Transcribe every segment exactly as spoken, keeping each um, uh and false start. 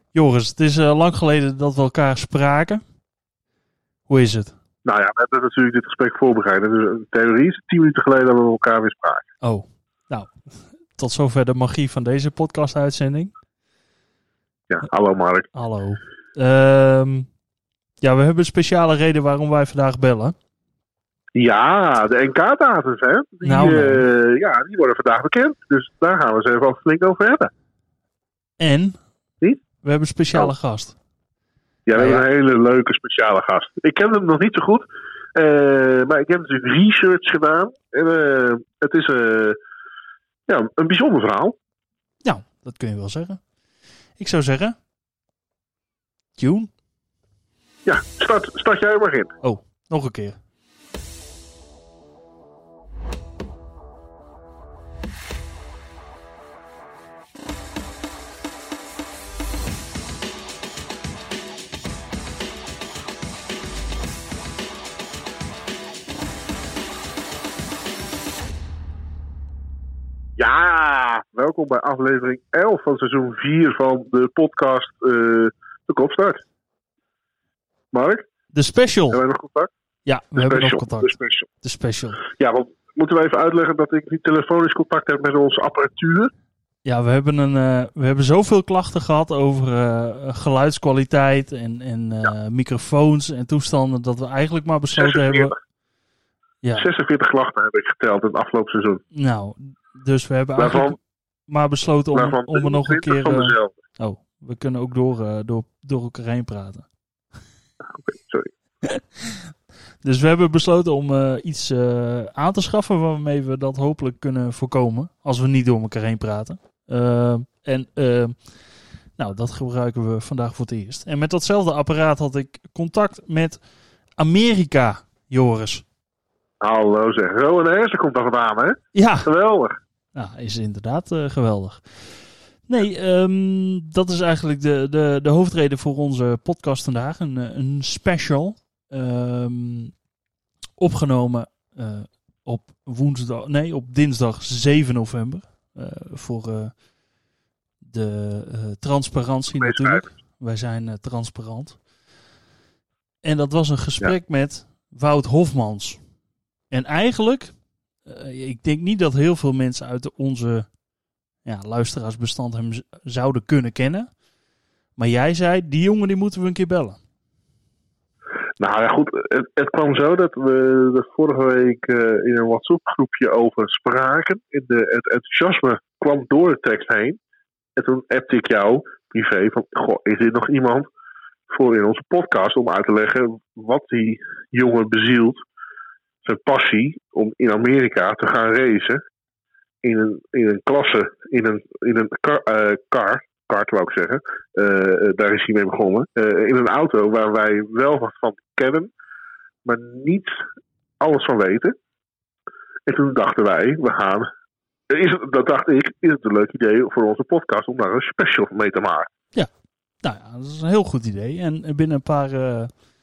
Joris, het is uh, lang geleden dat we elkaar spraken. Hoe is het? Nou ja, we hebben natuurlijk dit gesprek voorbereid. Dus in theorie is het tien minuten geleden dat we elkaar weer spraken. Oh, nou, tot zover de magie van deze podcast-uitzending. Ja, hallo Mark. Hallo. Um, ja, we hebben een speciale reden waarom wij vandaag bellen. Ja, de N K-datums, hè? Die, nou, nou. Uh, ja, die worden vandaag bekend. Dus daar gaan we eens even flink over hebben. En? Niet? We hebben een speciale oh. gast. Ja, we ja, hebben ja. een hele leuke speciale gast. Ik ken hem nog niet zo goed. Uh, maar ik heb natuurlijk research gedaan. En uh, het is uh, ja, een bijzonder verhaal. Nou, dat kun je wel zeggen. Ik zou zeggen... Tune? Ja, start, start jij maar in. Oh, nog een keer. Ja, welkom bij aflevering elf van seizoen vier van de podcast uh, De Kopstart. Mark? De special. Hebben wij nog contact? Ja, we de hebben special, nog contact. De special. De special. Ja, want moeten we even uitleggen dat ik niet telefonisch contact heb met onze apparatuur? Ja, we hebben, een, uh, we hebben zoveel klachten gehad over uh, geluidskwaliteit en, en uh, ja. microfoons en toestanden, dat we eigenlijk maar besloten zesenveertig. hebben... Ja. zesenveertig klachten heb ik geteld in het afgelopen seizoen. Nou, dus we hebben Waarvan, eigenlijk maar besloten om, om er nog een keer... Uh, oh, we kunnen ook door, uh, door, door elkaar heen praten. Oké, okay, sorry. Dus we hebben besloten om uh, iets uh, aan te schaffen waarmee we dat hopelijk kunnen voorkomen. Als we niet door elkaar heen praten. Uh, en uh, nou, dat gebruiken we vandaag voor het eerst. En met datzelfde apparaat had ik contact met Amerika, Joris. Hallo zeg. Zo en Hersen komt er vandaan, hè? Ja. Geweldig. Nou, is inderdaad uh, geweldig. Nee, um, dat is eigenlijk de, de, de hoofdreden voor onze podcast vandaag. Een, een special. Um, opgenomen uh, op woensdag, nee, op dinsdag zeven november. Uh, voor uh, de uh, transparantie Meest natuurlijk. uit. Wij zijn uh, transparant. En dat was een gesprek ja. met Wout Hofmans. En eigenlijk, uh, ik denk niet dat heel veel mensen uit onze ja, luisteraarsbestand hem z- zouden kunnen kennen. Maar jij zei, die jongen die moeten we een keer bellen. Nou ja goed, het, het kwam zo dat we de vorige week uh, in een WhatsApp groepje over spraken. In de, het enthousiasme kwam door de tekst heen. En toen appte ik jou privé van, goh, is dit nog iemand voor in onze podcast om uit te leggen wat die jongen bezielt. Zijn passie om in Amerika te gaan racen. In een, in een klasse, in een, in een car, uh, car, kart wou ik zeggen. Uh, daar is hij mee begonnen. Uh, in een auto waar wij wel wat van kennen, maar niet alles van weten. En toen dachten wij, we gaan, is het, dat dacht ik, is het een leuk idee voor onze podcast om daar een special mee te maken. Ja, nou ja, dat is een heel goed idee. En binnen een paar uh,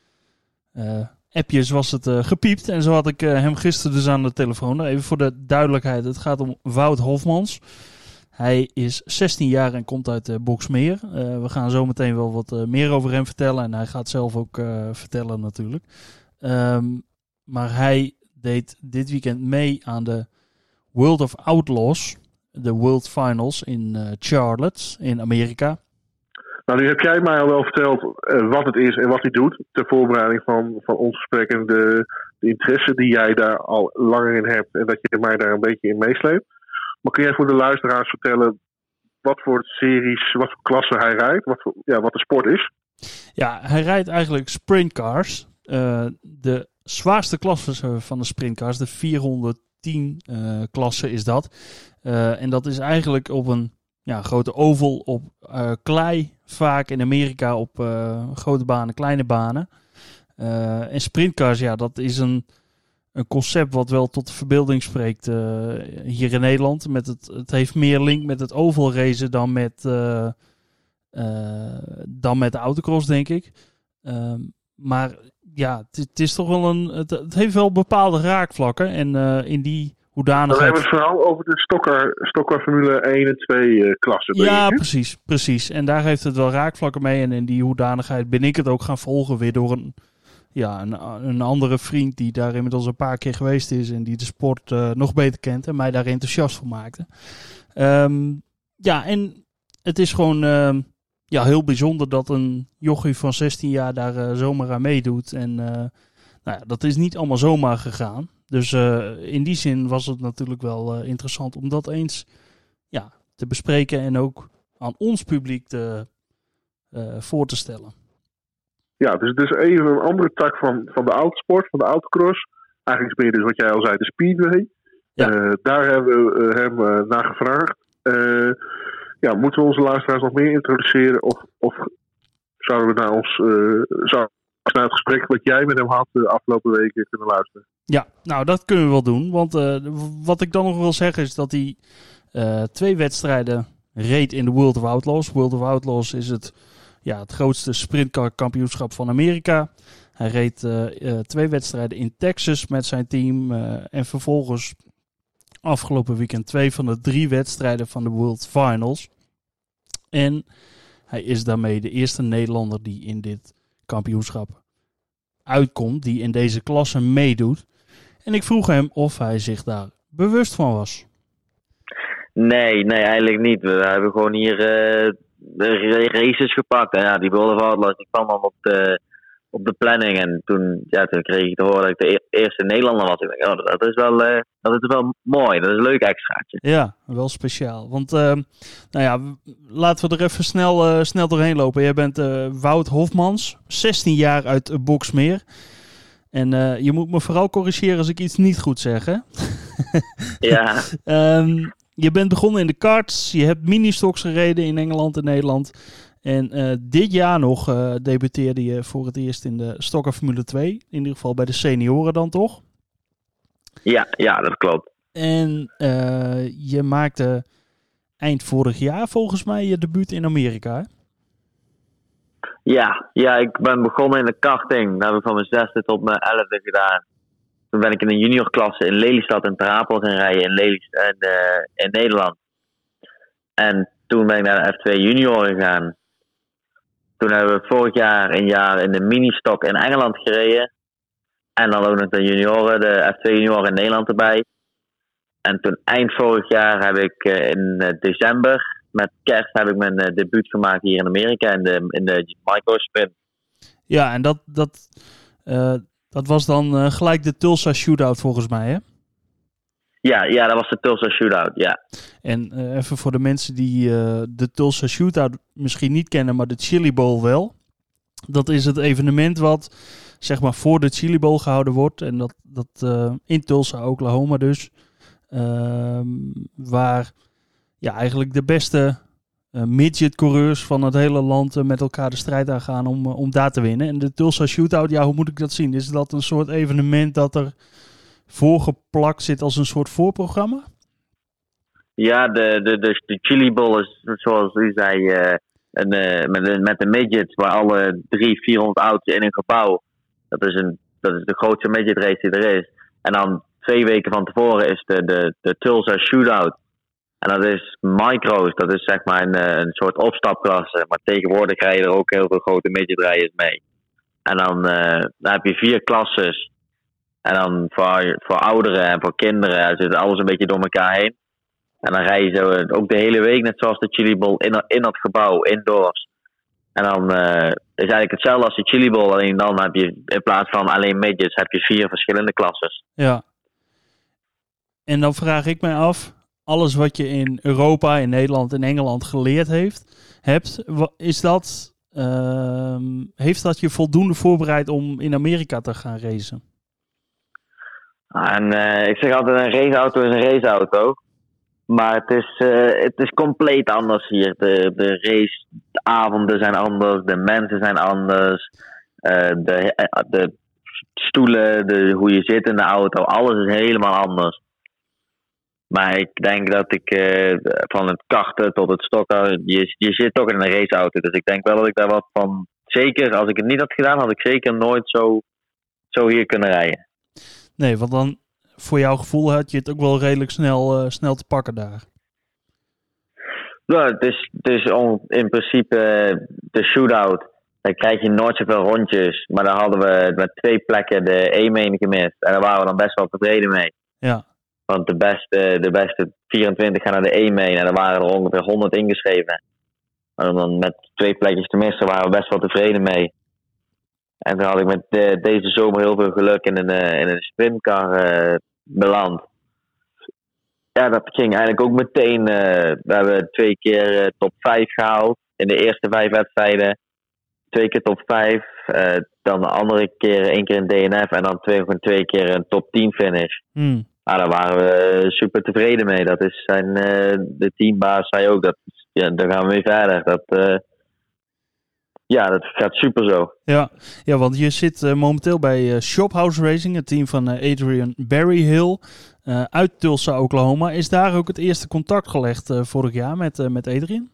uh, appjes was het uh, gepiept. En zo had ik uh, hem gisteren dus aan de telefoon. Even voor de duidelijkheid, het gaat om Wout Hofmans. Hij is zestien jaar en komt uit uh, Boxmeer. Uh, we gaan zo meteen wel wat uh, meer over hem vertellen. En hij gaat zelf ook uh, vertellen natuurlijk. Um, maar hij deed dit weekend mee aan de World of Outlaws. De World Finals in uh, Charlotte in Amerika. Nou, nu heb jij mij al wel verteld uh, wat het is en wat hij doet. Ter voorbereiding van, van ons gesprek en de, de interesse die jij daar al langer in hebt. En dat je mij daar een beetje in meesleept. Maar kun jij voor de luisteraars vertellen wat voor series, wat voor klassen hij rijdt? Wat, voor, ja, wat de sport is? Ja, hij rijdt eigenlijk sprintcars. Uh, de zwaarste klasse van de sprintcars, de vierhonderdtien uh, klasse is dat. Uh, en dat is eigenlijk op een ja, grote oval op uh, klei. Vaak in Amerika op uh, grote banen, kleine banen. Uh, en sprintcars, ja, dat is een... Een concept wat wel tot de verbeelding spreekt uh, hier in Nederland. Met het, het heeft meer link met het oval racen dan met, uh, uh, dan met de autocross, denk ik. Uh, maar ja, het is toch wel een. Het, het heeft wel bepaalde raakvlakken. En uh, in die hoedanigheid... Dan hebben we het vooral over de Stokker, Stokker Formule één en twee uh, klassen. Ja, precies, precies. En daar heeft het wel raakvlakken mee. En in die hoedanigheid ben ik het ook gaan volgen weer door een, ja, een, een andere vriend die daar inmiddels een paar keer geweest is en die de sport uh, nog beter kent en mij daar enthousiast van maakte. Um, ja, en het is gewoon uh, ja, heel bijzonder dat een jochie van zestien jaar daar uh, zomaar aan meedoet. En uh, nou ja, dat is niet allemaal zomaar gegaan. Dus uh, in die zin was het natuurlijk wel uh, interessant om dat eens ja, te bespreken en ook aan ons publiek te, uh, voor te stellen. Ja, dus het is even een andere tak van, van de autosport, van de autocross. Eigenlijk ben je dus wat jij al zei, de speedway. Ja. Uh, daar hebben we uh, hem uh, naar gevraagd. Uh, ja, moeten we onze luisteraars nog meer introduceren? Of, of zouden we naar ons uh, zou, naar het gesprek wat jij met hem had de afgelopen weken kunnen luisteren? Ja, nou dat kunnen we wel doen. Want uh, wat ik dan nog wil zeggen is dat hij uh, twee wedstrijden reed in de World of Outlaws. World of Outlaws is het, ja, het grootste sprintcar kampioenschap van Amerika. Hij reed uh, uh, twee wedstrijden in Texas met zijn team. Uh, en vervolgens afgelopen weekend twee van de drie wedstrijden van de World Finals. En hij is daarmee de eerste Nederlander die in dit kampioenschap uitkomt. Die in deze klasse meedoet. En ik vroeg hem of hij zich daar bewust van was. Nee, nee, eigenlijk niet. We hebben gewoon hier uh, de races gepakt. En ja, die World of Outlaws die kwam dan op de, op de planning. En toen, ja, toen kreeg ik te horen dat ik de eerste Nederlander was. Ik dacht, oh, dat is wel, uh, dat is wel mooi. Dat is een leuk extraatje. Ja, wel speciaal. Want, uh, nou ja, laten we er even snel, uh, snel doorheen lopen. Jij bent uh, Wout Hofmans, zestien jaar uit Boxmeer. En uh, je moet me vooral corrigeren als ik iets niet goed zeg, hè? Ja. um, je bent begonnen in de karts. Je hebt mini-stocks gereden in Engeland en Nederland. En uh, dit jaar nog uh, debuteerde je voor het eerst in de Stokker Formule twee. In ieder geval bij de senioren dan, toch? Ja, ja, dat klopt. En uh, je maakte eind vorig jaar volgens mij je debuut in Amerika, hè? Ja, ja, ik ben begonnen in de karting. Dat heb ik van mijn zesde tot mijn elfde gedaan. Toen ben ik in een juniorklasse in Lelystad en Ter Apel gaan rijden in, Lelystad, en, uh, in Nederland. En toen ben ik naar de F twee junior gegaan. Toen hebben we vorig jaar een jaar in de mini-stock in Engeland gereden. En dan ook nog de junioren, de F twee junioren in Nederland erbij. En toen eind vorig jaar heb ik uh, in uh, december... Met kerst heb ik mijn uh, debuut gemaakt hier in Amerika in de, in de microsprint. Ja, en dat, dat, uh, dat was dan uh, gelijk de Tulsa Shootout volgens mij, hè? Ja, ja, dat was de Tulsa Shootout, ja. En uh, even voor de mensen die uh, de Tulsa Shootout misschien niet kennen, maar de Chili Bowl wel. Dat is het evenement wat zeg maar voor de Chili Bowl gehouden wordt. En dat, dat uh, in Tulsa, Oklahoma dus. Uh, waar... Ja, eigenlijk de beste uh, midget-coureurs van het hele land uh, met elkaar de strijd aangaan om, uh, om daar te winnen. En de Tulsa Shootout, ja, hoe moet ik dat zien? Is dat een soort evenement dat er voorgeplakt zit als een soort voorprogramma? Ja, de, de, de, de Chili Bowl is, zoals u zei, uh, een, uh, met, de, met de midgets, waar alle drie, vierhonderd auto's in een gebouw. Dat is, een, dat is de grootste midget race die er is. En dan twee weken van tevoren is de, de, de Tulsa Shootout. En dat is micro's, dat is zeg maar een, een soort opstapklasse. Maar tegenwoordig rijden er ook heel veel grote midgetrijders mee. En dan, uh, dan heb je vier klasses. En dan voor, voor ouderen en voor kinderen zit alles een beetje door elkaar heen. En dan rij je zo ook de hele week, net zoals de Chili Bowl, in, in dat gebouw, indoors. En dan uh, is eigenlijk hetzelfde als de Chili Bowl. Alleen dan heb je in plaats van alleen midgets, heb je vier verschillende klasses. Ja. En dan vraag ik mij af... Alles wat je in Europa, in Nederland en Engeland geleerd heeft, hebt, is dat, uh, heeft dat je voldoende voorbereid om in Amerika te gaan racen? En, uh, ik zeg altijd, een raceauto is een raceauto. Maar het is, uh, het is compleet anders hier. De, de raceavonden zijn anders, de mensen zijn anders. Uh, de, de stoelen, de, hoe je zit in de auto, alles is helemaal anders. Maar ik denk dat ik uh, van het karten tot het stokken, je, je zit toch in een raceauto. Dus ik denk wel dat ik daar wat van, zeker als ik het niet had gedaan, had ik zeker nooit zo, zo hier kunnen rijden. Nee, want dan voor jouw gevoel had je het ook wel redelijk snel, uh, snel te pakken daar. Ja, het is, het is on, in principe uh, de shootout. Dan krijg je nooit zoveel rondjes. Maar dan hadden we met twee plekken de E-main gemist. En daar waren we dan best wel tevreden mee. Ja. Want de beste, de beste vierentwintig gaan naar de E-main. En er waren er ongeveer honderd ingeschreven. En dan met twee plekjes te missen waren we best wel tevreden mee. En toen had ik met de, deze zomer heel veel geluk in een, uh, in een sprintcar uh, beland. Ja, dat ging eigenlijk ook meteen. Uh, we hebben twee keer uh, top vijf gehaald. In de eerste vijf wedstrijden. Twee keer top vijf. Uh, dan de andere keer één keer een D N F. En dan twee, twee keer een top tien finish. Hmm. Nou, daar waren we super tevreden mee. Dat is zijn, uh, de teambaas zei ook. Dat, ja, daar gaan we mee verder. Dat, uh, ja, dat gaat super zo. Ja, ja want je zit uh, momenteel bij uh, Shophouse Racing. Het team van uh, Adrian Berryhill. Uh, uit Tulsa, Oklahoma. Is daar ook het eerste contact gelegd uh, vorig jaar met, uh, met Adrian?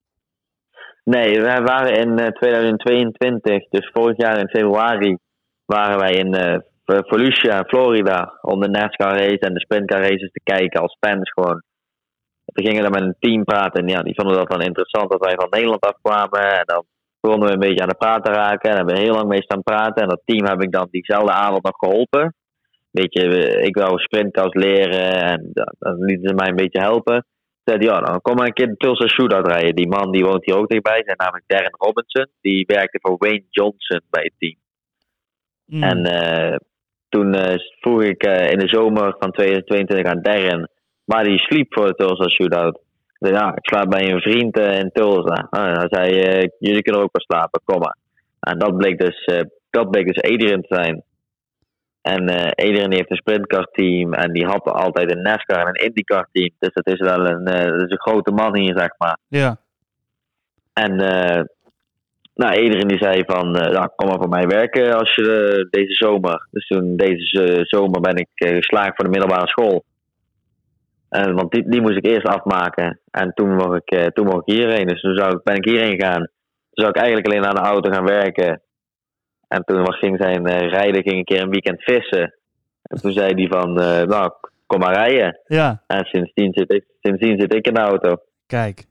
Nee, wij waren in uh, tweeduizend tweeëntwintig, dus vorig jaar in februari, waren wij in uh, Volusia, Florida, om de NASCAR race en de sprintcar races te kijken als fans gewoon. We gingen dan met een team praten en ja, die vonden dat dan interessant dat wij van Nederland afkwamen. En dan begonnen we een beetje aan de praat te raken en hebben we heel lang mee staan praten. En dat team heb ik dan diezelfde avond nog geholpen. Beetje, ik wou sprintcars leren en dan lieten ze mij een beetje helpen. Zei ja, dan kom maar een keer de Tulsa Shootout rijden. Die man die woont hier ook dichtbij, zijn namelijk Darren Robinson. Die werkte voor Wayne Johnson bij het team. Mm. En uh, toen uh, vroeg ik uh, in de zomer van tweeduizend tweeëntwintig aan Darren, maar die sliep voor de Tulsa Shootout. Ik zei, ja, ik slaap bij een vriend uh, in Tulsa. Uh, hij zei, uh, jullie kunnen ook wel slapen, kom maar. En dat bleek dus, uh, dat bleek dus Adrian te zijn. En uh, Adrian heeft een sprintcar team en die had altijd een NASCAR en een IndyCar team. Dus dat is wel een, uh, dat is een grote man hier, zeg maar. Ja. En uh, nou, Adrian die zei van, uh, nou, kom maar voor mij werken als je uh, deze zomer. Dus toen deze uh, zomer ben ik uh, geslaagd voor de middelbare school. Uh, want die, die moest ik eerst afmaken. En toen mocht ik, uh, toen mocht ik hierheen. Dus toen zou ik, ben ik hierheen gegaan. Toen zou ik eigenlijk alleen aan de auto gaan werken. En toen was, ging zijn uh, rijden, ging een keer een weekend vissen. En toen zei hij van, uh, nou, kom maar rijden. Ja. En sindsdien zit ik, sindsdien zit ik in de auto. Kijk.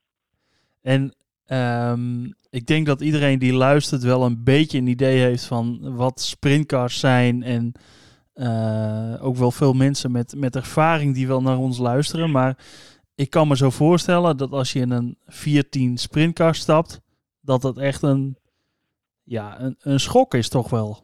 En um, ik denk dat iedereen die luistert wel een beetje een idee heeft van wat sprintcars zijn. En uh, ook wel veel mensen met, met ervaring die wel naar ons luisteren. Maar ik kan me zo voorstellen dat als je in een vier tien sprintcar stapt, dat het echt een... Ja, een, een schok is toch wel.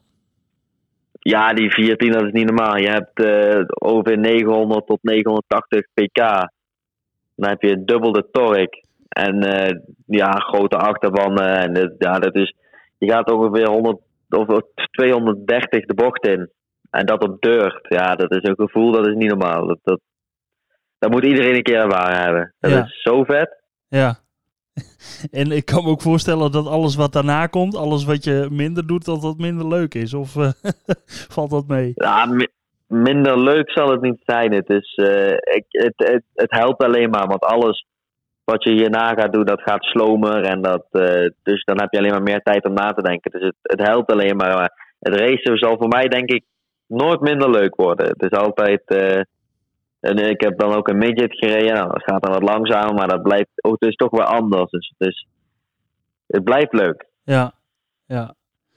Ja, die vier tien, dat is niet normaal. Je hebt uh, over negenhonderd tot negenhonderdtachtig pk. Dan heb je dubbel de torque. En uh, ja, grote achterbannen. En het, ja, dat is, je gaat ongeveer honderd of tweehonderddertig de bocht in. En dat op dirt. Ja, dat is een gevoel, dat is niet normaal. Dat, dat, dat moet iedereen een keer ervaren hebben. Dat ja. is zo vet. Ja. En ik kan me ook voorstellen dat alles wat daarna komt, alles wat je minder doet, dat dat minder leuk is. Of uh, valt dat mee? Ja, mi- minder leuk zal het niet zijn. Het, is, uh, ik, het, het, het helpt alleen maar, want alles wat je hierna gaat doen, dat gaat slomer. En dat, uh, dus dan heb je alleen maar meer tijd om na te denken. Dus het, het helpt alleen maar. maar het racen zal voor mij denk ik nooit minder leuk worden. Het is altijd... Uh, En ik heb dan ook een midget gereden. Nou, dat gaat dan wat langzamer, maar dat blijft, oh, het is toch wel anders. Dus het, is, het blijft leuk. Ja, ja.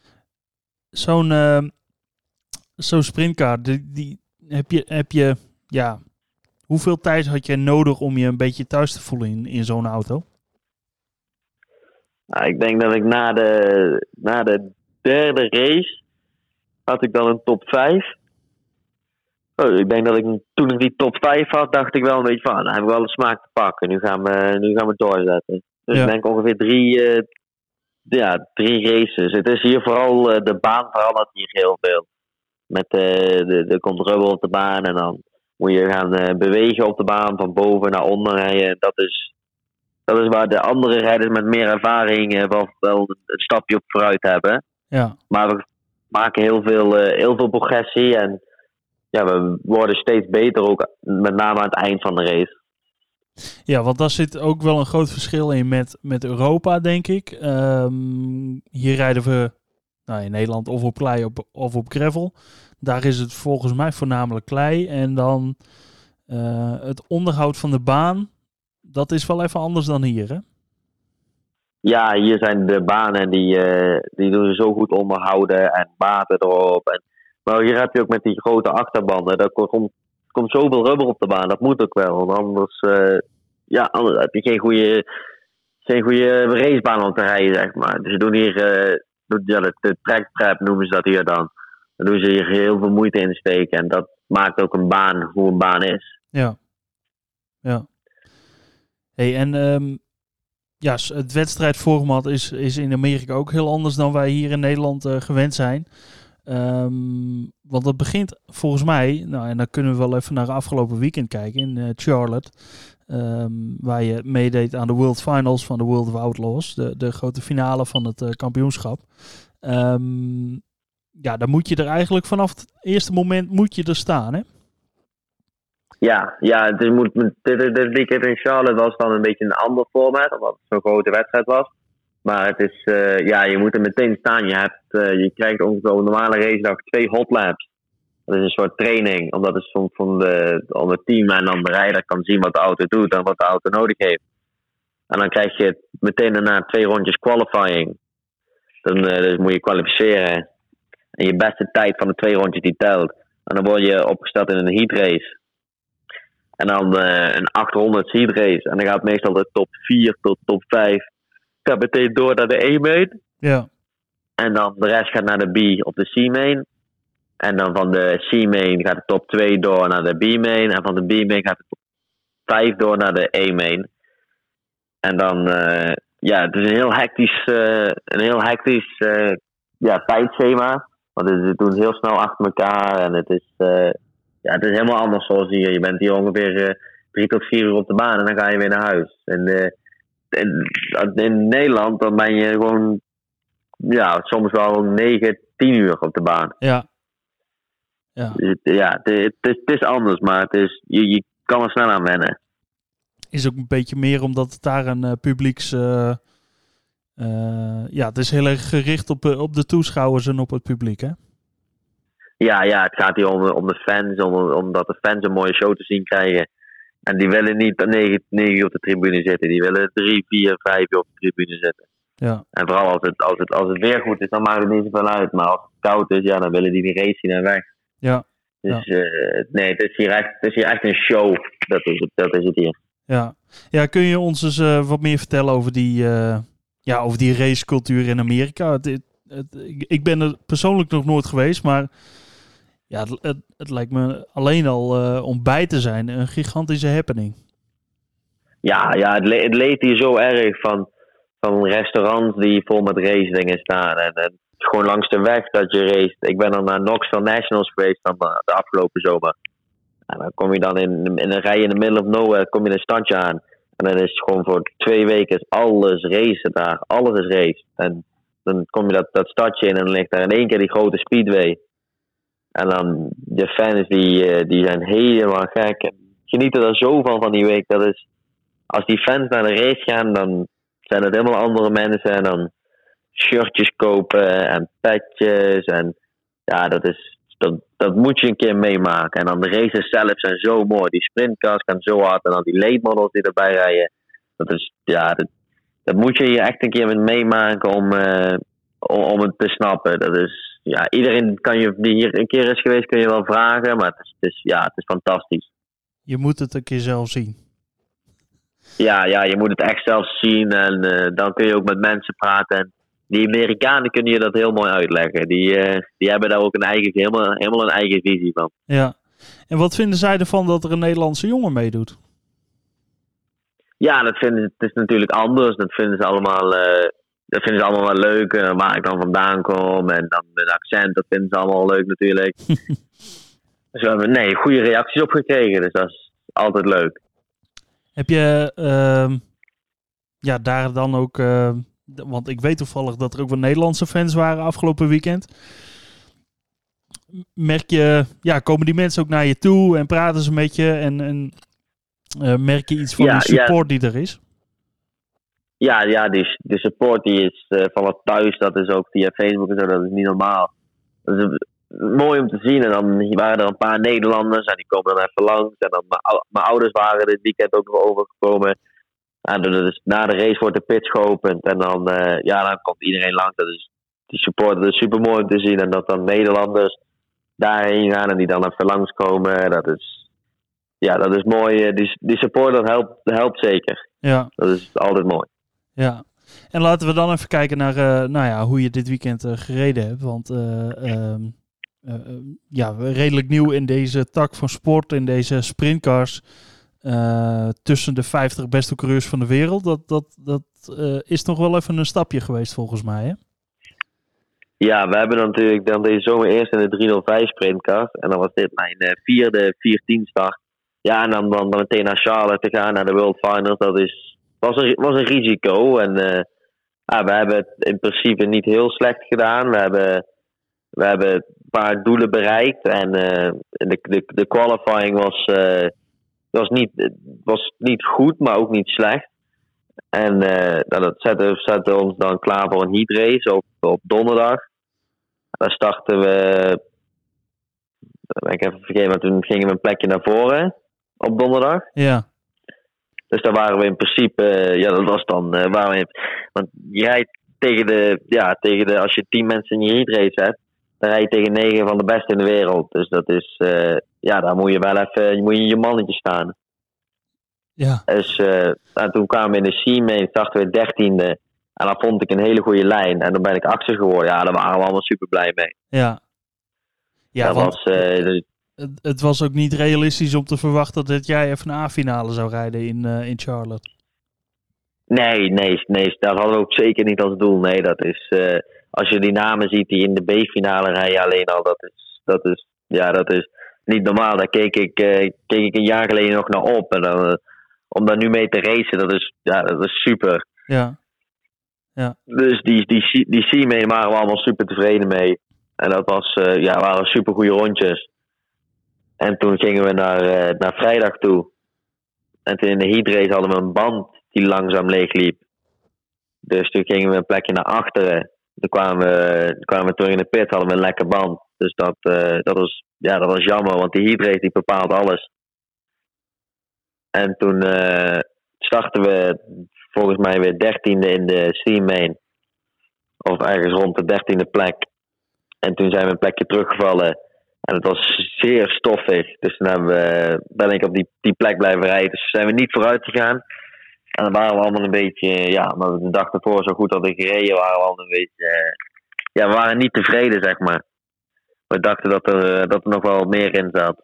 Zo'n, uh, zo'n sprintcar, die, die heb je, heb je, ja, hoeveel tijd had je nodig om je een beetje thuis te voelen in, in zo'n auto? Nou, ik denk dat ik na de, na de derde race had ik dan een top vijf. Oh, ik denk dat ik toen ik die top vijf had, dacht ik wel een beetje van, nou heb ik wel de smaak te pakken. Nu gaan we, nu gaan we doorzetten. Dus ja. Ik denk ongeveer drie, uh, ja, drie races. Het is hier vooral, uh, de baan verandert hier heel veel. Met uh, de, de komt rubbel op de baan en dan moet je gaan uh, bewegen op de baan van boven naar onder rijden. Dat is, dat is waar de andere rijders met meer ervaring uh, wel, wel een stapje op vooruit hebben. Ja. Maar we maken heel veel, uh, heel veel progressie en ja, we worden steeds beter ook, met name aan het eind van de race. Ja, want daar zit ook wel een groot verschil in met, met Europa, denk ik. Um, hier rijden we, nou, in Nederland of op klei op, of op gravel. Daar is het volgens mij voornamelijk klei. En dan uh, het onderhoud van de baan, dat is wel even anders dan hier, hè? Ja, hier zijn de banen die, uh, die doen ze zo goed onderhouden en water erop. En, maar hier heb je ook met die grote achterbanden, daar komt, komt zoveel rubber op de baan, dat moet ook wel. Want anders, uh, ja, anders heb je geen goede, geen goede racebaan om te rijden, zeg maar. Dus ze doen hier, uh, ja, de, de track prep noemen ze dat hier dan. Daar doen ze hier heel veel moeite in steken en dat maakt ook een baan hoe een baan is. Ja, ja. Hey, en um, ja, het wedstrijdformat is, is in Amerika ook heel anders dan wij hier in Nederland uh, gewend zijn. Um, want het begint volgens mij, nou en dan kunnen we wel even naar afgelopen weekend kijken in uh, Charlotte. Um, waar je meedeed aan de World Finals van de World of Outlaws. De, de grote finale van het uh, kampioenschap. Um, ja, dan moet je er eigenlijk vanaf het eerste moment moet je er staan, hè? Ja, ja het is, moet, dit, dit weekend in Charlotte was dan een beetje een ander format, omdat het zo'n grote wedstrijd was. Maar het is, uh, ja, je moet er meteen staan. Je, hebt, uh, je krijgt ongeveer op een normale racedag twee hot laps. Dat is een soort training, omdat het soms van de, van het team en dan de rijder kan zien wat de auto doet en wat de auto nodig heeft. En dan krijg je meteen daarna twee rondjes qualifying. Dan uh, dus moet je kwalificeren. En je beste tijd van de twee rondjes die telt. En dan word je opgesteld in een heat race. En dan uh, een achthonderd heat race. En dan gaat meestal de top vier tot top vijf. Gaat meteen door naar de E-main. Ja. En dan de rest gaat naar de B op de C-main. En dan van de C-main gaat de top twee door naar de B-main. En van de B-main gaat de top vijf door naar de E-main. En dan, uh, ja, het is een heel hectisch, uh, een heel hectisch uh, ja, tijdschema. Want ze doen heel snel achter elkaar. En het is, uh, ja, het is helemaal anders zoals hier. Je bent hier ongeveer uh, drie tot vier uur op de baan en dan ga je weer naar huis. En uh, in, in Nederland dan ben je gewoon, ja, soms wel negen, tien uur op de baan. Ja. Ja, dus, ja het, het, is, het is anders, maar het is, je, je kan er snel aan wennen. Is ook een beetje meer omdat het daar een uh, publieks... Uh, uh, ja, het is heel erg gericht op, uh, op de toeschouwers en op het publiek, hè? Ja, ja, het gaat hier om, om de fans, om, omdat de fans een mooie show te zien krijgen. En die willen niet negen, negen uur op de tribune zitten. Die willen drie, vier, vijf uur op de tribune zitten. Ja. En vooral als het, als, het, als het weer goed is, dan maakt het niet zoveel uit. Maar als het koud is, ja, dan willen die die race zien en weg. Ja. Dus ja. Uh, nee, het is, hier echt, het is hier echt een show. Dat is het, dat is het hier. Ja. Ja, kun je ons eens uh, wat meer vertellen over die, uh, ja, over die racecultuur in Amerika? Het, het, het, ik ben er persoonlijk nog nooit geweest, maar ja, het, het, het lijkt me alleen al uh, om bij te zijn een gigantische happening. Ja, ja het, le- het leeft hier zo erg van, van restaurants die vol met race dingen staan. En, en gewoon langs de weg dat je race. Ik ben dan naar Knoxville Nationals geweest dan de, de afgelopen zomer. En dan kom je dan in, in een rij in the middle of nowhere, kom je in een stadje aan. En dan is het gewoon voor twee weken alles racen daar. Alles is race. En dan kom je dat, dat stadje in en dan ligt daar in één keer die grote speedway. En dan de fans die, die zijn helemaal gek. En genieten er zo van van die week. Dat is, als die fans naar de race gaan, dan zijn het helemaal andere mensen. En dan shirtjes kopen en petjes. En ja, dat is... Dat, dat moet je een keer meemaken. En dan de races zelf zijn zo mooi. Die sprintcars gaan zo hard. En dan die late models die erbij rijden. Dat is, ja, dat, dat moet je hier echt een keer meemaken om, uh, om, om het te snappen. Dat is, ja, iedereen kan je, die hier een keer is geweest, kun je wel vragen. Maar het is, het is, ja, het is fantastisch. Je moet het een keer zelf zien. Ja, ja, je moet het echt zelf zien. En uh, dan kun je ook met mensen praten. En die Amerikanen kunnen je dat heel mooi uitleggen. Die, uh, die hebben daar ook een eigen, helemaal, helemaal een eigen visie van. Ja. En wat vinden zij ervan dat er een Nederlandse jongen meedoet? Ja, dat vinden ze, het is natuurlijk anders. Dat vinden ze allemaal, uh, dat vinden ze allemaal wel leuk. Uh, waar ik dan vandaan kom en dan een accent, dat vinden ze allemaal leuk natuurlijk. Dus we hebben nee, goede reacties op gekregen. Dus dat is altijd leuk. Heb je uh, ja, daar dan ook... Uh, want ik weet toevallig dat er ook wel Nederlandse fans waren afgelopen weekend. Merk je, ja, komen die mensen ook naar je toe en praten ze met je? En, en uh, merk je iets van ja, die support ja, die er is? Ja, ja, ja, ja die, de support die is uh, vanaf thuis, dat is ook via Facebook en zo, dat is niet normaal. Dat is mooi om te zien. En dan waren er een paar Nederlanders en die komen dan even langs. En dan mijn ouders waren dit weekend ook nog overgekomen. En dus na de race wordt de pitch geopend. En dan, uh, ja, dan komt iedereen langs. Dat is, die support, dat is super mooi om te zien. En dat dan Nederlanders daarheen gaan en die dan even langskomen. Dat is, ja, dat is mooi. Die, die support, dat helpt, dat helpt zeker. Ja. Dat is altijd mooi. Ja. En laten we dan even kijken naar uh, nou ja, hoe je dit weekend uh, gereden hebt. Want uh, um, uh, ja, redelijk nieuw in deze tak van sport, in deze sprintcars. Uh, tussen de vijftig beste coureurs van de wereld. Dat, dat, dat uh, is nog wel even een stapje geweest volgens mij, hè? Ja, we hebben natuurlijk dan deze zomer eerst in de driehonderdvijf sprintcars. En dan was dit mijn uh, vierde vier tien start. Ja, en dan, dan, dan meteen naar Charlotte te gaan, naar de World Finals. Dat is, was, een, was een risico. En uh, ja, we hebben het in principe niet heel slecht gedaan. We hebben, we hebben een paar doelen bereikt. En uh, de, de, de qualifying was... Uh, was niet, was niet goed, maar ook niet slecht. En uh, nou, dat zette, zette ons dan klaar voor een heat race op, op donderdag. Daar startten we... Dat ben ik even vergeten, maar toen gingen we een plekje naar voren op donderdag. Ja. Dus daar waren we in principe... Ja, dat was dan... Uh, waren we, want je rijdt tegen de... Ja, tegen de... Als je tien mensen in je heat race hebt, dan rijd je tegen negen van de beste in de wereld. Dus dat is... Uh, ja, daar moet je wel even... Moet je je mannetje staan. Ja. Dus uh, en toen kwamen we in de C-main, starten we dertiende. En dan vond ik een hele goede lijn. En dan ben ik achtste geworden. Ja, daar waren we allemaal super blij mee. Ja. Ja, dat want was, uh, dus... het, het was ook niet realistisch om te verwachten dat jij even een A-finale zou rijden in, uh, in Charlotte. Nee, nee, nee. Dat hadden we ook zeker niet als doel. Nee, dat is... Uh, als je die namen ziet die in de B-finale rijden alleen al, dat is... Dat is ja, dat is niet normaal. Daar keek ik, uh, keek ik een jaar geleden nog naar op. En dan... Uh, om daar nu mee te racen, dat is, ja, dat is super. Ja. Ja. Dus die, die, die C-main waren we allemaal super tevreden mee. En dat was, uh, ja, waren super goede rondjes. En toen gingen we naar, uh, naar vrijdag toe. En toen in de heat race hadden we een band die langzaam leegliep. Dus toen gingen we een plekje naar achteren. Toen kwamen we, kwamen we terug in de pit, hadden we een lekker band. Dus dat, uh, dat, was, ja, dat was jammer, want die heat race die bepaalt alles. En toen uh, startten we volgens mij weer dertiende in de C-main. Of ergens rond de dertiende plek. En toen zijn we een plekje teruggevallen. En het was zeer stoffig. Dus toen hebben we, ben ik op die, die plek blijven rijden. Dus zijn we niet vooruit gegaan. En dan waren we allemaal een beetje... Ja, maar we de dag ervoor zo goed hadden gereden, waren we allemaal een beetje... Uh, ja, we waren niet tevreden, zeg maar. We dachten dat er, uh, dat er nog wel meer in zat.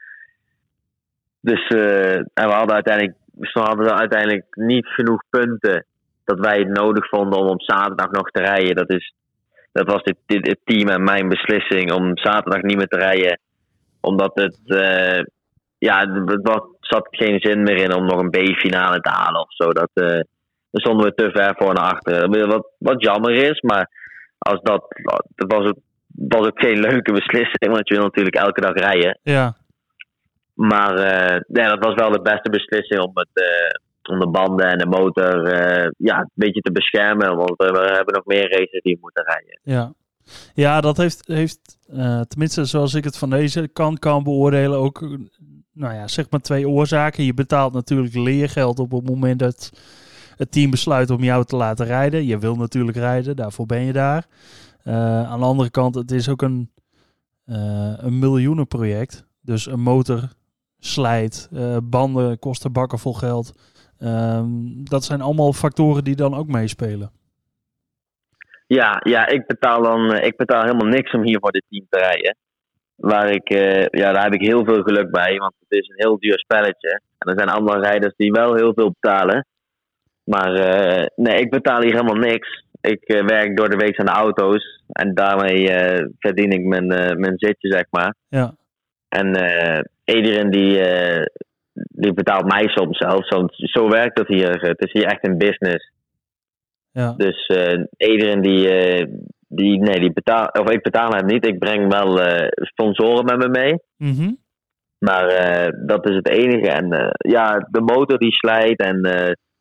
Dus uh, en we hadden uiteindelijk, we hadden uiteindelijk niet genoeg punten dat wij het nodig vonden om op zaterdag nog te rijden. Dat, is, dat was dit, dit, het team en mijn beslissing om zaterdag niet meer te rijden. Omdat het, uh, ja, er zat geen zin meer in om nog een B-finale te halen of zo. Dat, uh, daar stonden we te ver voor naar achteren. Wat, wat jammer is, maar als dat, dat was, het, was ook geen leuke beslissing, want je wil natuurlijk elke dag rijden. Ja. Maar uh, ja, dat was wel de beste beslissing om, het, uh, om de banden en de motor uh, ja, een beetje te beschermen. Want we, we hebben nog meer races die we moeten rijden. Ja, ja dat heeft, heeft uh, tenminste zoals ik het van deze kant kan beoordelen, ook nou ja, zeg maar twee oorzaken. Je betaalt natuurlijk leergeld op het moment dat het team besluit om jou te laten rijden. Je wil natuurlijk rijden, daarvoor ben je daar. Uh, aan de andere kant, het is ook een, uh, een miljoenenproject. Dus een motor slijt, uh, banden kosten bakken vol geld. Um, dat zijn allemaal factoren die dan ook meespelen. Ja, ja ik, betaal dan, ik betaal helemaal niks om hier voor dit team te rijden. Waar ik, uh, ja, daar heb ik heel veel geluk bij, want het is een heel duur spelletje. En er zijn andere rijders die wel heel veel betalen. Maar uh, nee, ik betaal hier helemaal niks. Ik uh, werk door de week aan de auto's en daarmee uh, verdien ik mijn, uh, mijn zitje, zeg maar. Ja. En uh, iedereen die, uh, die betaalt mij soms zelf. Zo, zo werkt het hier. Het is hier echt een business. Ja. Dus uh, iedereen die, uh, die, nee, die betaalt, of ik betaal hem niet. Ik breng wel uh, sponsoren met me mee. Mm-hmm. Maar uh, dat is het enige. En uh, ja, de motor die slijt en uh,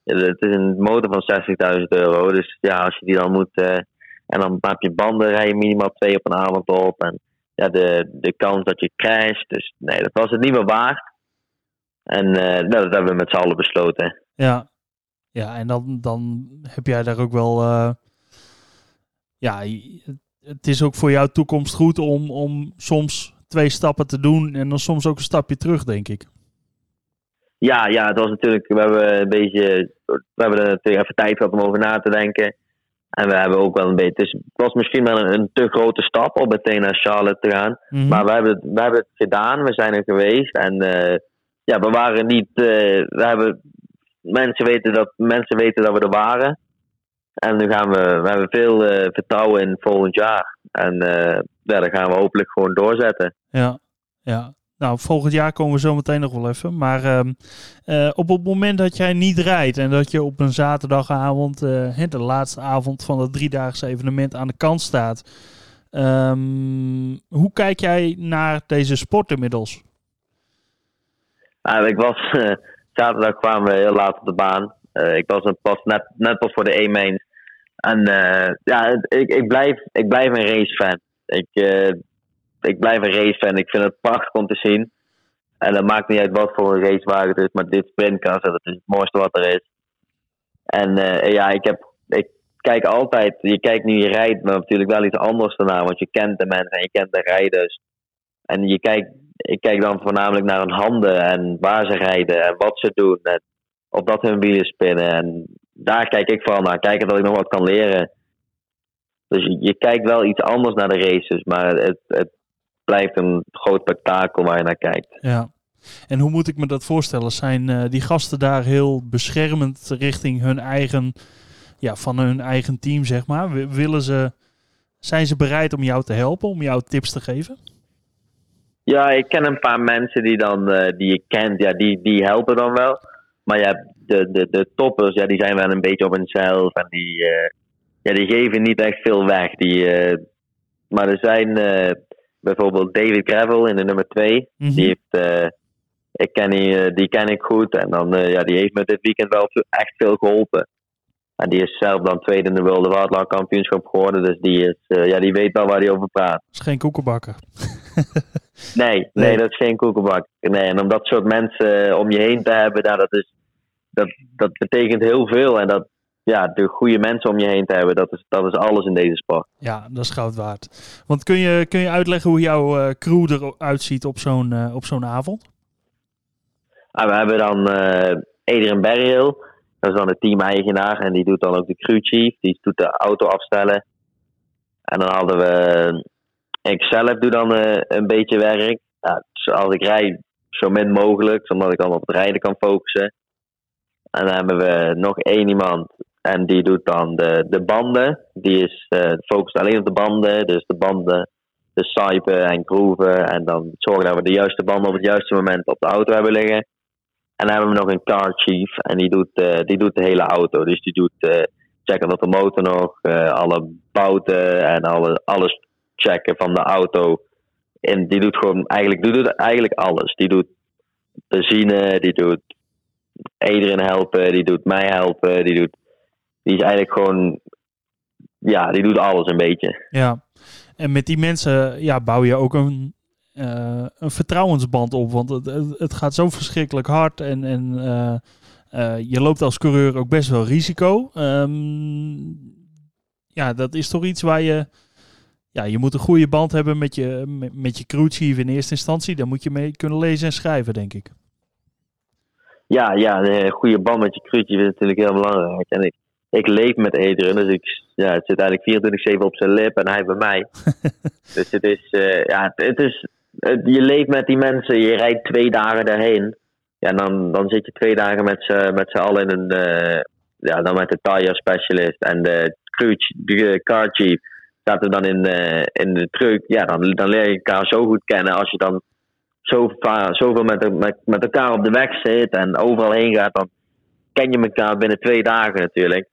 het is een motor van zestigduizend euro. Dus ja, als je die dan moet... Uh, en dan heb je banden, rij je minimaal twee op een avond op. En ja, de, de kans dat je crasht. Dus nee, dat was het niet meer waard. En uh, nou, dat hebben we met z'n allen besloten. Ja, ja en dan, dan heb jij daar ook wel... Uh, ja, het is ook voor jouw toekomst goed om, om soms twee stappen te doen. En dan soms ook een stapje terug, denk ik. Ja, ja, het was natuurlijk... We hebben een beetje... We hebben er natuurlijk even tijd gehad om over na te denken. En we hebben ook wel een beetje... Het was misschien wel een, een te grote stap om meteen naar Charlotte te gaan. Mm-hmm. Maar we hebben, we hebben het gedaan. We zijn er geweest. En uh, ja, we waren niet... Uh, we hebben, mensen, weten dat, mensen weten dat we er waren. En nu gaan we... We hebben veel uh, vertrouwen in volgend jaar. En uh, ja, dat gaan we hopelijk gewoon doorzetten. Ja, ja. Nou, volgend jaar komen we zo meteen nog wel even. Maar uh, uh, op het moment dat jij niet rijdt en dat je op een zaterdagavond, uh, de laatste avond van het driedaagse evenement aan de kant staat. Um, hoe kijk jij naar deze sport inmiddels? Nou, ik was, uh, zaterdag kwamen we heel laat op de baan. Uh, ik was pas net, net pas voor de E-mains. En uh, ja, ik, ik, blijf, ik blijf een racefan. Ik... Uh, Ik blijf een racefan. Ik vind het prachtig om te zien. En dat maakt niet uit wat voor een racewagen het is. Maar dit sprintcar, dat is het mooiste wat er is. En uh, ja, ik, heb, ik kijk altijd... Je kijkt nu je rijdt, maar natuurlijk wel iets anders daarna. Want je kent de mensen en je kent de rijders. En je kijkt, ik kijk dan voornamelijk naar hun handen. En waar ze rijden en wat ze doen. En of dat hun wielen spinnen. En daar kijk ik vooral naar. Kijken dat ik nog wat kan leren. Dus je, je kijkt wel iets anders naar de races. Maar het... het blijft een groot spektakel waar je naar kijkt. Ja. En hoe moet ik me dat voorstellen? Zijn uh, die gasten daar heel beschermend richting hun eigen, ja, van hun eigen team, zeg maar? W- willen ze, zijn ze bereid om jou te helpen, om jou tips te geven? Ja, ik ken een paar mensen die dan, uh, die je kent, ja, die, die helpen dan wel. Maar ja, de, de, de toppers, ja, die zijn wel een beetje op hunzelf en die, uh, ja, die geven niet echt veel weg. Die, uh, maar er zijn... Uh, Bijvoorbeeld David Gravel in de nummer twee. Mm-hmm. Die heeft, uh, ik ken die, die ken ik goed. En dan, uh, ja, die heeft me dit weekend wel echt veel geholpen. En die is zelf dan tweede in de World of Outlaw kampioenschap geworden. Dus die, is, uh, ja, die weet wel waar hij over praat. Dat is geen koekenbakker. nee, nee, nee, dat is geen koekenbakker. Nee, en om dat soort mensen om je heen te hebben, nou, dat, is, dat, dat betekent heel veel. En dat, ja, de goede mensen om je heen te hebben, dat is, dat is alles in deze sport. Ja, dat is goud waard. Want kun je, kun je uitleggen hoe jouw uh, crew eruit ziet op zo'n, uh, op zo'n avond? Ah, we hebben dan uh, Adrian Berriel, dat is dan de team-eigenaar en die doet dan ook de crew chief, die doet de auto afstellen. En dan hadden we, ik zelf doe dan uh, een beetje werk. Ja, dus als ik rijd, zo min mogelijk, zodat ik dan op het rijden kan focussen. En dan hebben we nog één iemand. En die doet dan de, de banden. Die is uh, focust alleen op de banden. Dus de banden, de sijpen en groeven. En dan zorgen dat we de juiste banden op het juiste moment op de auto hebben liggen. En dan hebben we nog een car chief. En die doet, uh, die doet de hele auto. Dus die doet uh, checken dat de motor nog, uh, alle bouten en alle, alles checken van de auto. En die doet gewoon eigenlijk, die doet eigenlijk alles. Die doet benzine, die doet Adrian helpen, die doet mij helpen, die doet... Die is eigenlijk gewoon... Ja, die doet alles een beetje. Ja, en met die mensen ja, bouw je ook een, uh, een vertrouwensband op. Want het, het gaat zo verschrikkelijk hard. En, en uh, uh, je loopt als coureur ook best wel risico. Um, ja, dat is toch iets waar je... Ja, je moet een goede band hebben met je, met, met je crewchief in eerste instantie. Daar moet je mee kunnen lezen en schrijven, denk ik. Ja, ja, een goede band met je crewchief is natuurlijk heel belangrijk. En ik, ik leef met Adrian, dus ik ja, het zit eigenlijk vierentwintig zeven op zijn lip en hij bij mij. Dus het is, uh, ja, het, het is, het, je leeft met die mensen, je rijdt twee dagen daarheen. Ja, en dan, dan zit je twee dagen met z'n, met z'n allen in een, uh, ja, dan met de tire specialist en de crew, de car chief. Zaten we dan in, uh, in de truck, ja, dan, dan leer je elkaar zo goed kennen als je dan zo, zoveel met, met, met elkaar op de weg zit en overal heen gaat, dan ken je elkaar binnen twee dagen natuurlijk.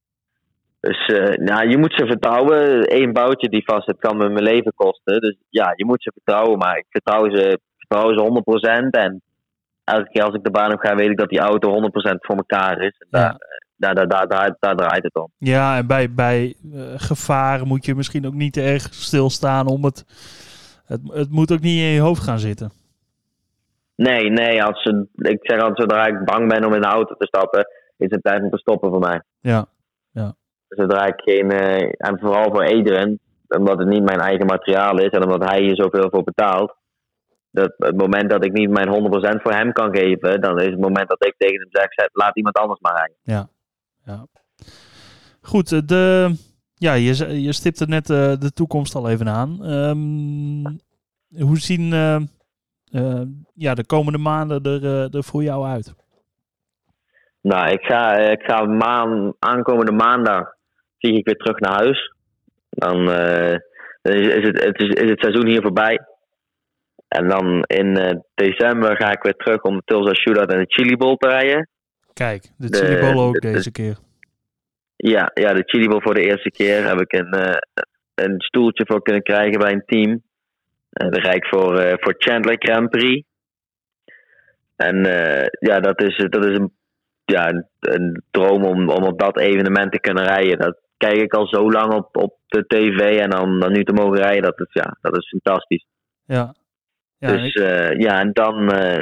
Dus uh, nou, je moet ze vertrouwen. Eén boutje die vast zit kan me mijn leven kosten. Dus ja, je moet ze vertrouwen. Maar ik vertrouw ze, vertrouw ze honderd procent. En elke keer als ik de baan op ga, weet ik dat die auto honderd procent voor elkaar is. En Ja. daar, daar, daar, daar, daar, daar draait het om. Ja, en bij, bij uh, gevaar moet je misschien ook niet te erg stilstaan om het, het... Het moet ook niet in je hoofd gaan zitten. Nee, nee. Als ze, ik zeg altijd, zodra ik bang ben om in de auto te stappen, is het tijd om te stoppen voor mij. Ja, ja. Zodra ik geen... Uh, en vooral voor Adrian, omdat het niet mijn eigen materiaal is en omdat hij hier zoveel voor betaalt. Dat het moment dat ik niet mijn honderd procent voor hem kan geven, dan is het moment dat ik tegen hem zeg, laat iemand anders maar rijden. Ja, ja. Goed, de, ja, je, je stipte net uh, de toekomst al even aan. Um, hoe zien uh, uh, ja, de komende maanden er, uh, er voor jou uit? Nou, ik ga, ik ga maan, aankomende maandag vlieg ik weer terug naar huis. Dan uh, is, het, het is, is het seizoen hier voorbij. En dan in uh, december ga ik weer terug om de Tulsa Shootout en de Chili Bowl te rijden. Kijk, de Chili Bowl ook de, deze de, keer. Ja, ja, de Chili Bowl voor de eerste keer heb ik een, uh, een stoeltje voor kunnen krijgen bij een team. Uh, dan rijd ik voor, uh, voor Chandler Grand Prix. En uh, ja, dat is, dat is een, ja, een, een droom om, om op dat evenement te kunnen rijden. Dat kijk ik al zo lang op, op de tv en dan, dan nu te mogen rijden, dat is, ja, dat is fantastisch. Ja. Ja, dus uh, ja, en dan, uh,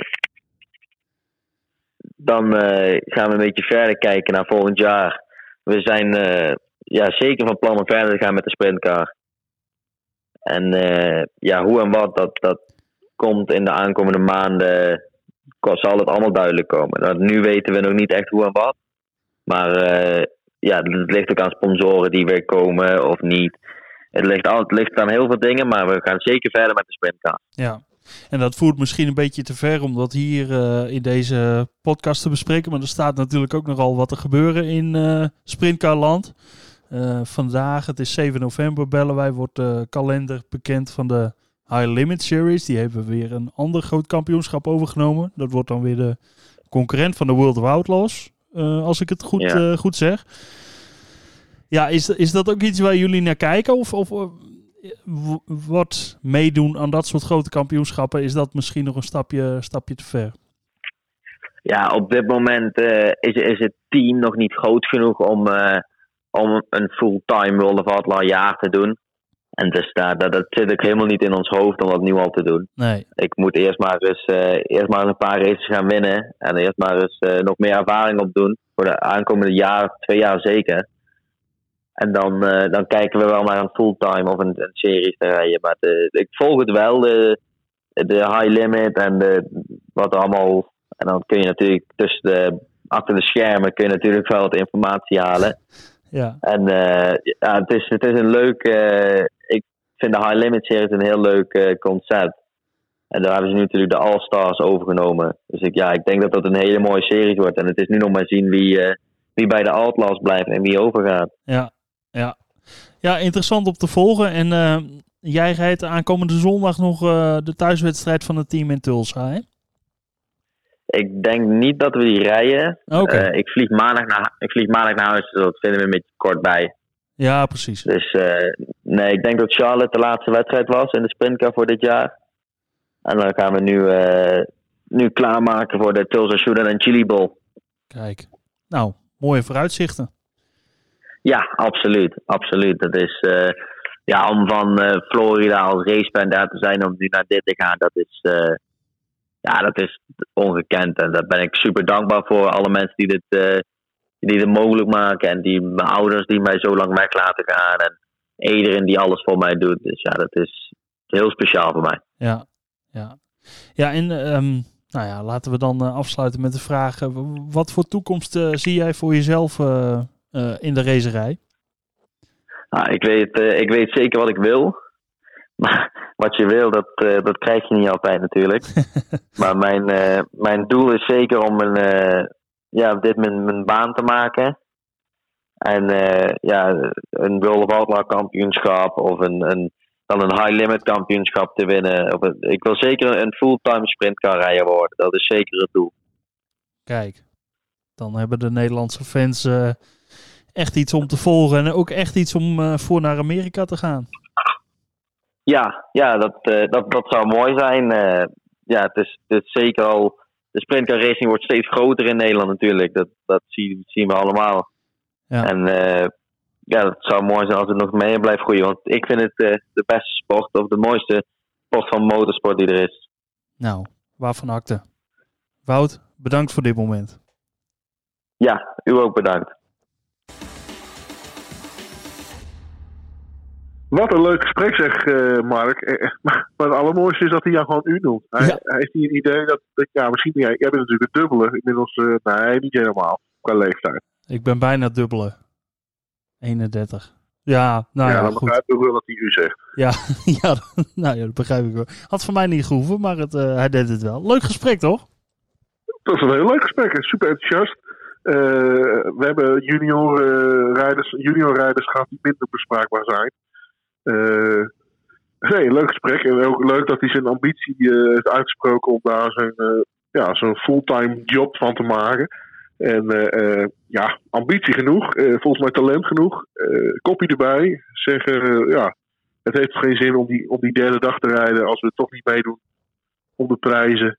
dan uh, gaan we een beetje verder kijken naar volgend jaar. We zijn uh, ja, zeker van plan om verder te gaan met de sprintcar. En uh, ja, hoe en wat, dat, dat komt in de aankomende maanden, zal het allemaal duidelijk komen. Nou, nu weten we nog niet echt hoe en wat. Maar uh, ja, het ligt ook aan sponsoren die weer komen of niet. Het ligt, al, het ligt aan heel veel dingen, maar we gaan zeker verder met de sprintcar. Ja. En dat voert misschien een beetje te ver om dat hier uh, in deze podcast te bespreken. Maar er staat natuurlijk ook nogal wat te gebeuren in uh, sprintcarland. Uh, vandaag, het is zeven november, bellen wij, wordt de kalender bekend van de High Limit Series. Die hebben weer een ander groot kampioenschap overgenomen. Dat wordt dan weer de concurrent van de World of Outlaws, uh, als ik het goed, ja. uh, goed zeg. Ja, is, is dat ook iets waar jullie naar kijken? Of... of wat meedoen aan dat soort grote kampioenschappen, is dat misschien nog een stapje, stapje te ver? Ja, op dit moment uh, is, is het team nog niet groot genoeg om, uh, om een fulltime World of Outlaw jaar te doen. En dus dat, dat, dat zit ook helemaal niet in ons hoofd om dat nu al te doen. Nee. Ik moet eerst maar eens, uh, eerst maar eens een paar races gaan winnen en eerst maar eens uh, nog meer ervaring opdoen voor de aankomende jaar, twee jaar zeker. En dan, uh, dan kijken we wel naar een fulltime of een, een series te rijden. Maar de, ik volg het wel, de, de high limit en de, wat er allemaal. En dan kun je natuurlijk tussen de, achter de schermen kun je natuurlijk wel wat informatie halen. Ja. En uh, ja, het, is, het is een leuk. Uh, ik vind de high limit series een heel leuk uh, concept. En daar hebben ze nu natuurlijk de All-Stars overgenomen. Dus ik, ja, ik denk dat dat een hele mooie serie wordt. En het is nu nog maar zien wie, uh, wie bij de Outlaws blijft en wie overgaat. Ja. Ja. ja, interessant om te volgen. En uh, jij rijdt aankomende zondag nog uh, de thuiswedstrijd van het team in Tulsa, hè? Ik denk niet dat we die rijden. Okay. Uh, ik, vlieg maandag naar, ik vlieg maandag naar huis, dus dat vinden we een beetje kort bij. Ja, precies. Dus uh, nee, ik denk dat Charlotte de laatste wedstrijd was in de sprintcar voor dit jaar. En dan gaan we nu, uh, nu klaarmaken voor de Tulsa Shootout en Chili Bowl. Kijk, nou, mooie vooruitzichten. Ja, absoluut. Absoluut. Dat is, uh, ja, om van uh, Florida als racepan daar te zijn, om nu naar dit te gaan, dat is, uh, ja, dat is ongekend. En daar ben ik super dankbaar voor. Alle mensen die dit, uh, die dit mogelijk maken. En die, mijn ouders die mij zo lang weg laten gaan. En iedereen die alles voor mij doet. Dus ja, dat is heel speciaal voor mij. Ja, ja. Ja, en um, nou ja, laten we dan uh, afsluiten met de vraag. Uh, wat voor toekomst uh, zie jij voor jezelf uh, uh, in de racerij? Nou, ik weet, uh, ik weet zeker wat ik wil. Maar wat je wil, dat, uh, dat krijg je niet altijd natuurlijk. Maar mijn, uh, mijn doel is zeker om een, uh, ja, dit mijn, mijn baan te maken. En uh, ja, een World of Outlaw kampioenschap of een, een, dan een high limit kampioenschap te winnen. Of een, ik wil zeker een fulltime sprintcar rijder worden. Dat is zeker het doel. Kijk, dan hebben de Nederlandse fans uh, echt iets om te volgen. En ook echt iets om uh, voor naar Amerika te gaan. Ja, ja dat, uh, dat, dat zou mooi zijn. Uh, ja, het is, het is zeker al de sprintcar racing wordt steeds groter in Nederland natuurlijk. Dat, dat zien, zien we allemaal. Ja. En uh, ja, het zou mooi zijn als het nog meer blijft groeien. Want ik vind het uh, de beste sport, of de mooiste sport van motorsport die er is. Nou, waarvan akte. Wout, bedankt voor dit moment. Ja, u ook bedankt. Wat een leuk gesprek zeg, uh, Mark. Uh, maar het allermooiste is dat hij jou gewoon u noemt. Hij, Ja. hij heeft niet een idee dat, dat ja, misschien, jij, jij bent natuurlijk een dubbele. Inmiddels, uh, nee, niet helemaal, qua leeftijd. Ik ben bijna dubbele. eenendertig. Ja, nou ja, ja, dan goed. begrijp ik wel dat hij u zegt. Ja, ja, nou ja, dat begrijp ik wel. Had voor mij niet gehoeven, maar het, uh, hij deed het wel. Leuk gesprek, toch? Dat is een heel leuk gesprek. Super enthousiast. Uh, we hebben junior, uh, rijders, junior rijders gehad die minder bespraakbaar zijn. Uh, nee, een leuk gesprek. En ook leuk dat hij zijn ambitie uh, heeft uitgesproken om daar zijn, uh, ja, zijn fulltime job van te maken. En uh, uh, ja, ambitie genoeg. Uh, volgens mij talent genoeg. Uh, kopie erbij. Zeggen, uh, ja, het heeft geen zin om die, om die derde dag te rijden als we toch niet meedoen om de prijzen.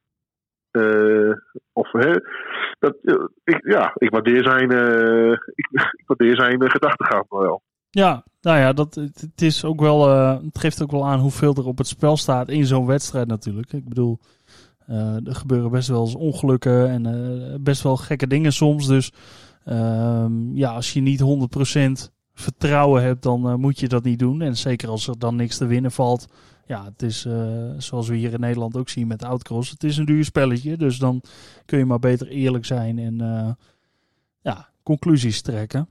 Uh, of, hè, dat, uh, ik, ja, ik waardeer zijn, uh, ik, ik waardeer zijn uh, gedachtegang wel. Ja, nou ja, dat, het, het is ook wel, uh, het geeft ook wel aan hoeveel er op het spel staat in zo'n wedstrijd natuurlijk. Ik bedoel, uh, er gebeuren best wel eens ongelukken en uh, best wel gekke dingen soms. Dus uh, ja, als je niet honderd procent vertrouwen hebt, dan uh, moet je dat niet doen. En zeker als er dan niks te winnen valt. Ja, het is uh, zoals we hier in Nederland ook zien met Outcross. Het is een duur spelletje, dus dan kun je maar beter eerlijk zijn en uh, ja, conclusies trekken.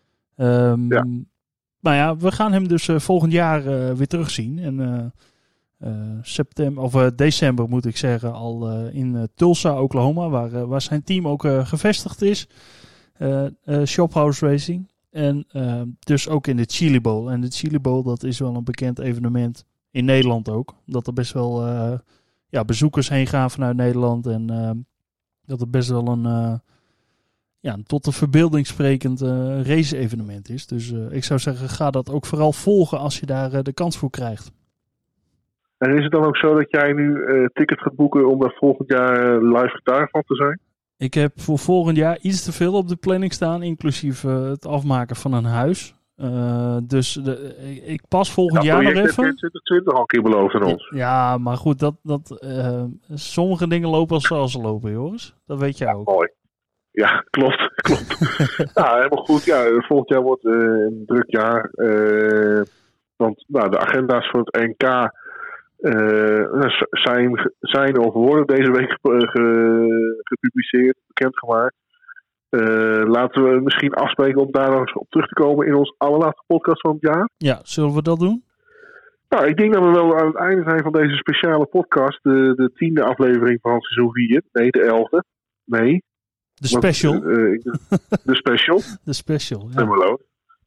Um, ja. Maar ja, we gaan hem dus uh, volgend jaar uh, weer terugzien. En uh, uh, september, of uh, december moet ik zeggen, al uh, in uh, Tulsa, Oklahoma, waar, uh, waar zijn team ook uh, gevestigd is. Uh, uh, Shophouse Racing. En uh, dus ook in de Chili Bowl. En de Chili Bowl, dat is wel een bekend evenement in Nederland ook. Dat er best wel uh, ja, bezoekers heen gaan vanuit Nederland. En uh, dat er best wel een... Uh, Ja, tot de verbeelding sprekend uh, race-evenement is. Dus uh, ik zou zeggen, ga dat ook vooral volgen als je daar uh, de kans voor krijgt. En is het dan ook zo dat jij nu uh, tickets gaat boeken om daar volgend jaar uh, live getuige van te zijn? Ik heb voor volgend jaar iets te veel op de planning staan, inclusief uh, het afmaken van een huis. Uh, dus de, ik pas volgend dat jaar nog even. even. twintig twintig al een keer beloofd aan ons. Ja, maar goed, dat, dat, uh, sommige dingen lopen als zoals ze lopen, Joris. Dat weet jij ook. Mooi. Ja, klopt. klopt. Ja, helemaal goed. Ja, volgend jaar wordt uh, een druk jaar. Uh, want nou, de agenda's voor het N K uh, zijn, zijn of worden deze week ge, ge, gepubliceerd, bekendgemaakt. Uh, laten we misschien afspreken om daar nog eens op terug te komen in ons allerlaatste podcast van het jaar. Ja, zullen we dat doen? Nou, ik denk dat we wel aan het einde zijn van deze speciale podcast. De, de tiende aflevering van seizoen vier. Nee, de elfde. Nee. De special. Want, uh, de special. De special, ja. Nummerlood.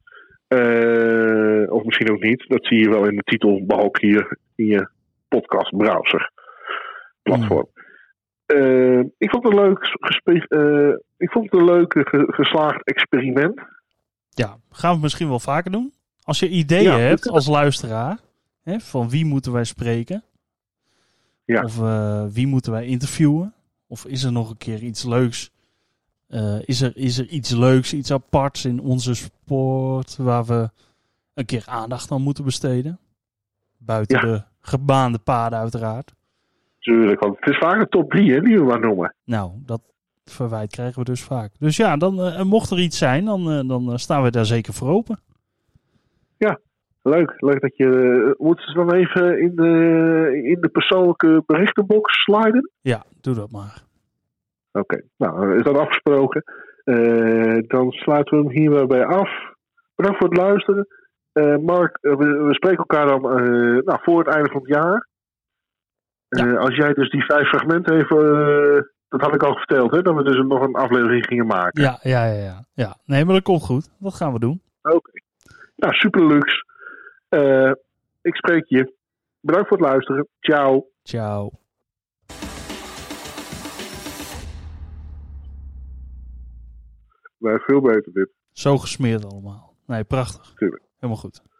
Uh, of misschien ook niet. Dat zie je wel in de titelbalk hier in je podcastbrowser platform. Mm. Uh, ik vond het een leuk gespe- uh, ik vond het een leuk ge- geslaagd experiment. Ja, gaan we misschien wel vaker doen. Als je ideeën ja, hebt als luisteraar, hè, van wie moeten wij spreken? Ja. Of uh, wie moeten wij interviewen? Of is er nog een keer iets leuks? Uh, is, er, is er iets leuks, iets aparts in onze sport waar we een keer aandacht aan moeten besteden? Buiten ja. de gebaande paden uiteraard. Tuurlijk, want het is vaak een top drie hè, die we maar noemen. Nou, dat verwijt krijgen we dus vaak. Dus ja, dan, uh, mocht er iets zijn, dan, uh, dan uh, staan we daar zeker voor open. Ja, leuk. Leuk dat je... Uh, moeten ze dan even in de, in de persoonlijke berichtenbox sliden? Ja, doe dat maar. Oké, okay. Nou, is dat afgesproken. Uh, dan sluiten we hem hier bij af. Bedankt voor het luisteren. Uh, Mark, uh, we, we spreken elkaar dan uh, nou, voor het einde van het jaar. Uh, ja. Als jij dus die vijf fragmenten even... Uh, dat had ik al verteld, hè? Dat we dus nog een aflevering gingen maken. Ja, ja, ja. ja. ja. Nee, maar dat komt goed. Dat gaan we doen. Oké. Okay. Nou, super luxe. Uh, ik spreek je. Bedankt voor het luisteren. Ciao. Ciao. Nee, veel beter dit. Zo gesmeerd allemaal. Nee, prachtig. Tuurlijk. Helemaal goed.